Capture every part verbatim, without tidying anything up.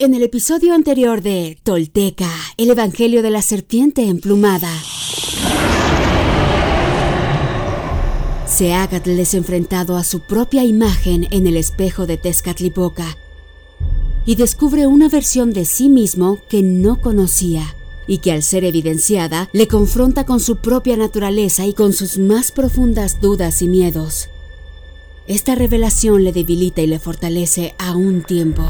En el episodio anterior de Tolteca, el Evangelio de la Serpiente Emplumada, Seácatl es enfrentado a su propia imagen en el espejo de Tezcatlipoca y descubre una versión de sí mismo que no conocía y que, al ser evidenciada, le confronta con su propia naturaleza y con sus más profundas dudas y miedos. Esta revelación le debilita y le fortalece a un tiempo.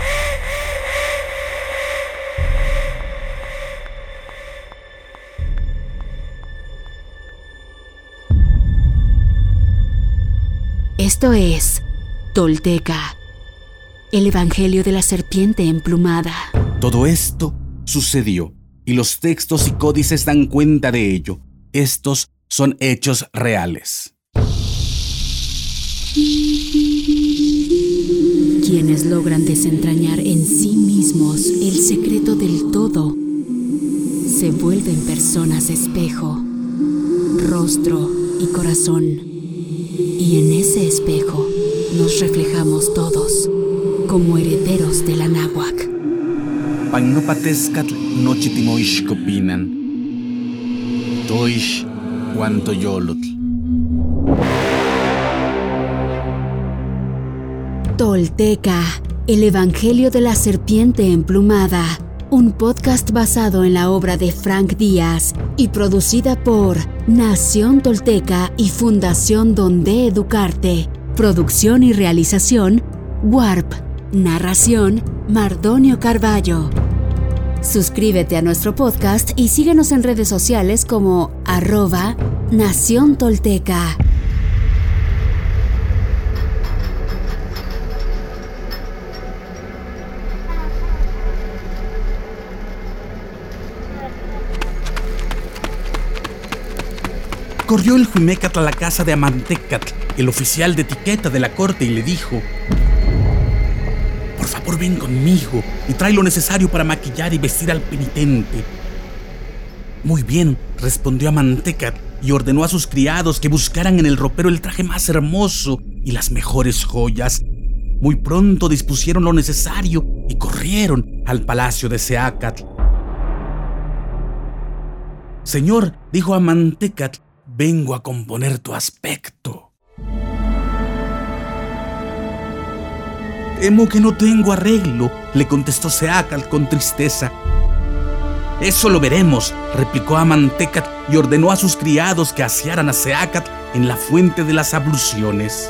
Esto es Tolteca, el Evangelio de la Serpiente Emplumada. Todo esto sucedió y los textos y códices dan cuenta de ello. Estos son hechos reales. Quienes logran desentrañar en sí mismos el secreto del todo se vuelven personas espejo, rostro y corazón. Y en ese espejo nos reflejamos todos como herederos de la náhuac. Pagnopatezcatl nochitimoixcopinan. Toish guantoyolotl. Tolteca, el Evangelio de la Serpiente Emplumada. Un podcast basado en la obra de Frank Díaz y producida por Nación Tolteca y Fundación Donde Educarte. Producción y realización, Warp. Narración, Mardonio Carballo. Suscríbete a nuestro podcast y síguenos en redes sociales como arroba Nación Tolteca. Corrió el Juimecatl a la casa de Amantecatl, el oficial de etiqueta de la corte, y le dijo: por favor, ven conmigo y trae lo necesario para maquillar y vestir al penitente. Muy bien, respondió Amantecatl y ordenó a sus criados que buscaran en el ropero el traje más hermoso y las mejores joyas. Muy pronto dispusieron lo necesario y corrieron al palacio de Seácatl. Señor, dijo Amantecatl, vengo a componer tu aspecto. Temo que no tengo arreglo, le contestó Seácatl con tristeza. Eso lo veremos, replicó Amantecatl y ordenó a sus criados que asearan a Seácatl en la fuente de las abluciones.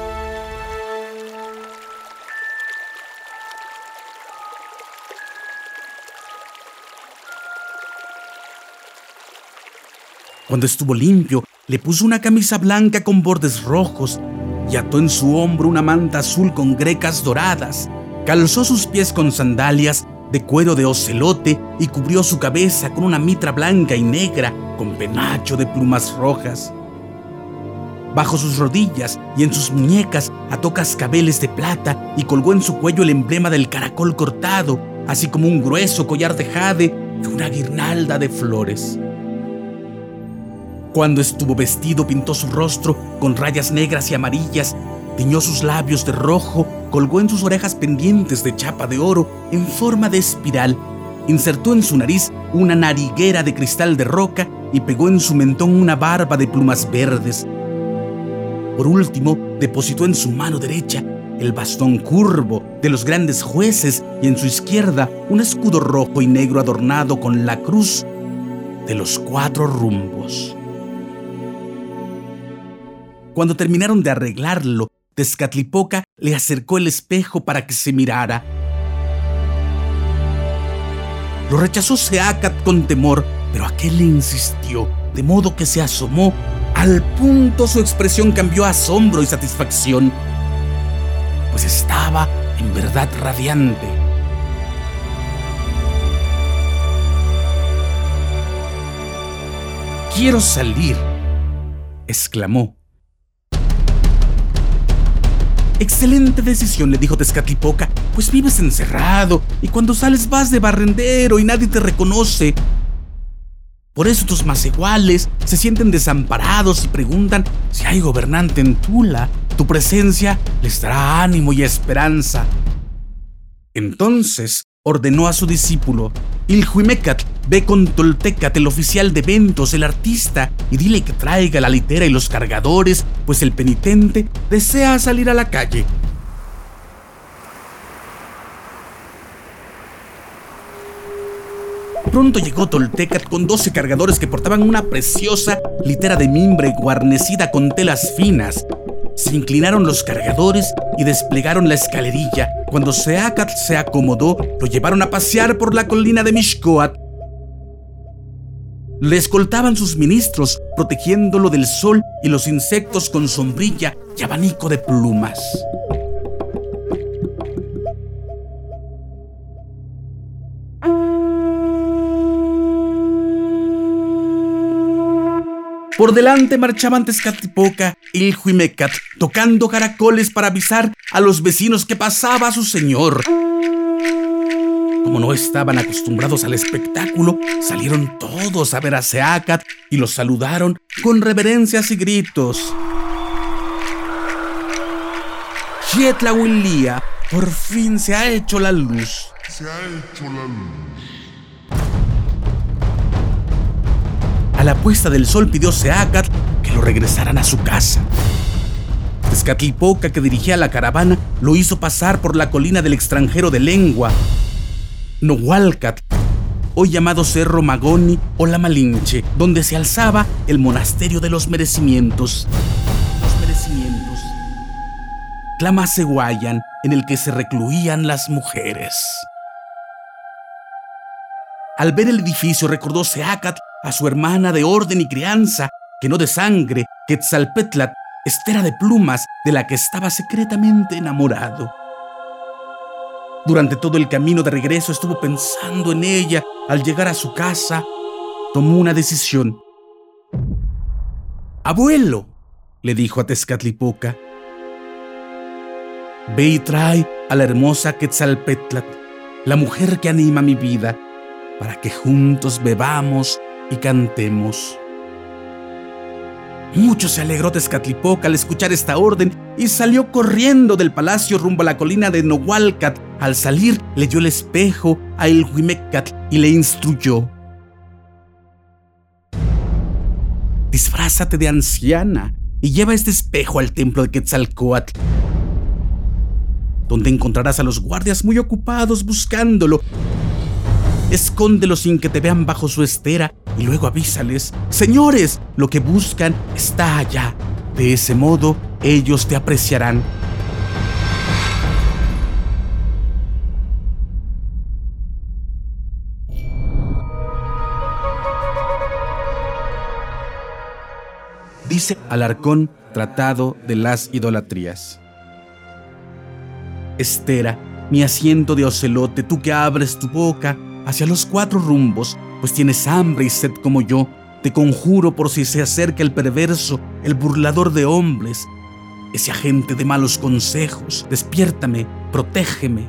Cuando estuvo limpio, le puso una camisa blanca con bordes rojos y ató en su hombro una manta azul con grecas doradas. Calzó sus pies con sandalias de cuero de ocelote y cubrió su cabeza con una mitra blanca y negra con penacho de plumas rojas. Bajo sus rodillas y en sus muñecas ató cascabeles de plata y colgó en su cuello el emblema del caracol cortado, así como un grueso collar de jade y una guirnalda de flores. Cuando estuvo vestido, pintó su rostro con rayas negras y amarillas, tiñó sus labios de rojo, colgó en sus orejas pendientes de chapa de oro en forma de espiral, insertó en su nariz una nariguera de cristal de roca y pegó en su mentón una barba de plumas verdes. Por último, depositó en su mano derecha el bastón curvo de los grandes jueces y en su izquierda un escudo rojo y negro adornado con la cruz de los cuatro rumbos. Cuando terminaron de arreglarlo, Tezcatlipoca le acercó el espejo para que se mirara. Lo rechazó Seácatl con temor, pero aquel le insistió, de modo que se asomó. Al punto su expresión cambió a asombro y satisfacción, pues estaba en verdad radiante. «Quiero salir», exclamó. «Excelente decisión», le dijo Tezcatlipoca, «pues vives encerrado y cuando sales vas de barrendero y nadie te reconoce. Por eso tus maseguales se sienten desamparados y preguntan si hay gobernante en Tula. Tu presencia les dará ánimo y esperanza». Entonces ordenó a su discípulo: Ilhuimecatl, ve con Toltecatl, el oficial de eventos, el artista, y dile que traiga la litera y los cargadores, pues el penitente desea salir a la calle. Pronto llegó Toltecatl con doce cargadores que portaban una preciosa litera de mimbre guarnecida con telas finas. Se inclinaron los cargadores y desplegaron la escalerilla. Cuando Seacatl se acomodó, lo llevaron a pasear por la colina de Mixcoatl. Le escoltaban sus ministros, protegiéndolo del sol y los insectos con sombrilla y abanico de plumas. Por delante marchaban Tezcatlipoca y Ilhuimecatl, tocando caracoles para avisar a los vecinos que pasaba su señor. Como no estaban acostumbrados al espectáculo, salieron todos a ver a Seacatl y los saludaron con reverencias y gritos. Xietlahuilía, por fin se ha hecho la luz. Se ha hecho la luz. A la puesta del sol pidió Seacatl que lo regresaran a su casa. Tezcatlipoca, que dirigía la caravana, lo hizo pasar por la colina del extranjero de lengua, Nohualcatl, hoy llamado Cerro Magoni o La Malinche, donde se alzaba el monasterio de los merecimientos. Los merecimientos. Tlamacehuayan, en el que se recluían las mujeres. Al ver el edificio, recordó Seacatl a su hermana de orden y crianza, que no de sangre, Quetzalpétlatl, estera de plumas, de la que estaba secretamente enamorado. Durante todo el camino de regreso estuvo pensando en ella. Al llegar a su casa, tomó una decisión. «Abuelo», le dijo a Tezcatlipoca, «ve y trae a la hermosa Quetzalpétlatl, la mujer que anima mi vida, para que juntos bebamos y cantemos». Mucho se alegró Tezcatlipoca al escuchar esta orden y salió corriendo del palacio rumbo a la colina de Nohualcatl. Al salir, le dio el espejo a Ilhuimecatl y le instruyó: «Disfrázate de anciana y lleva este espejo al templo de Quetzalcóatl, donde encontrarás a los guardias muy ocupados buscándolo. Escóndelo sin que te vean bajo su estera y luego avísales: señores, lo que buscan está allá. De ese modo, ellos te apreciarán». Dice Alarcón, Tratado de las Idolatrías: Estera, mi asiento de ocelote, tú que abres tu boca hacia los cuatro rumbos, pues tienes hambre y sed como yo, te conjuro, por si se acerca el perverso, el burlador de hombres, ese agente de malos consejos, despiértame, protégeme.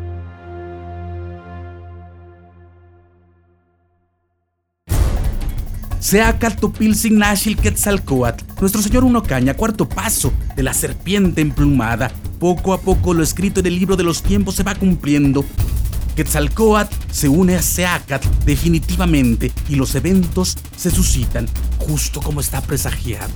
Seacatl Topiltzin Quetzalcóatl, nuestro señor Unocaña, cuarto paso de la serpiente emplumada. Poco a poco lo escrito en el libro de los tiempos se va cumpliendo. Quetzalcóatl se une a Seacatl definitivamente y los eventos se suscitan justo como está presagiado.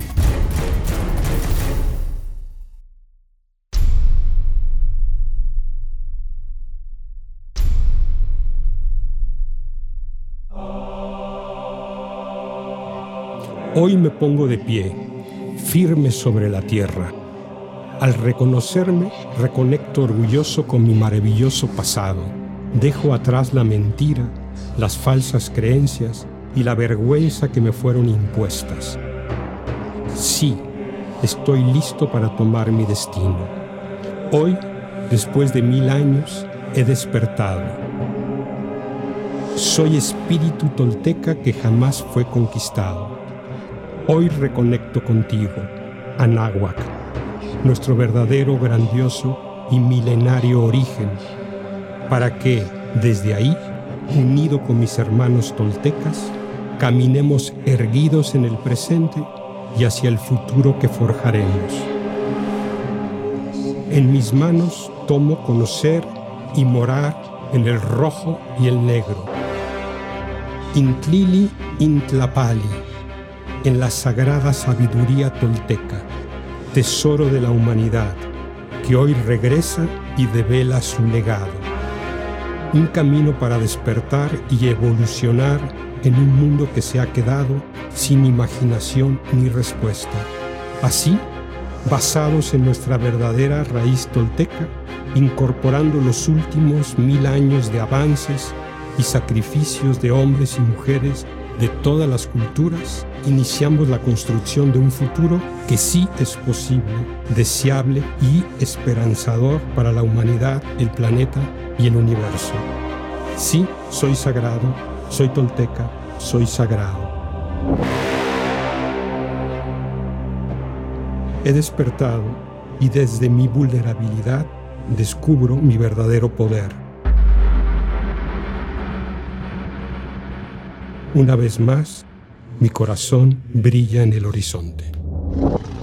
Hoy me pongo de pie, firme sobre la tierra. Al reconocerme, reconecto orgulloso con mi maravilloso pasado. Dejo atrás la mentira, las falsas creencias y la vergüenza que me fueron impuestas. Sí, estoy listo para tomar mi destino. Hoy, después de mil años, he despertado. Soy espíritu tolteca que jamás fue conquistado. Hoy reconecto contigo, Anáhuac, nuestro verdadero, grandioso y milenario origen, para que, desde ahí, unido con mis hermanos toltecas, caminemos erguidos en el presente y hacia el futuro que forjaremos. En mis manos tomo conocer y morar en el rojo y el negro. Intlili Intlapali, en la sagrada sabiduría tolteca, tesoro de la humanidad, que hoy regresa y devela su legado. Un camino para despertar y evolucionar en un mundo que se ha quedado sin imaginación ni respuesta. Así, basados en nuestra verdadera raíz tolteca, incorporando los últimos mil años de avances y sacrificios de hombres y mujeres de todas las culturas, iniciamos la construcción de un futuro que sí es posible, deseable y esperanzador para la humanidad, el planeta y el universo. Sí, soy sagrado, soy tolteca, soy sagrado. He despertado y desde mi vulnerabilidad descubro mi verdadero poder. Una vez más, mi corazón brilla en el horizonte.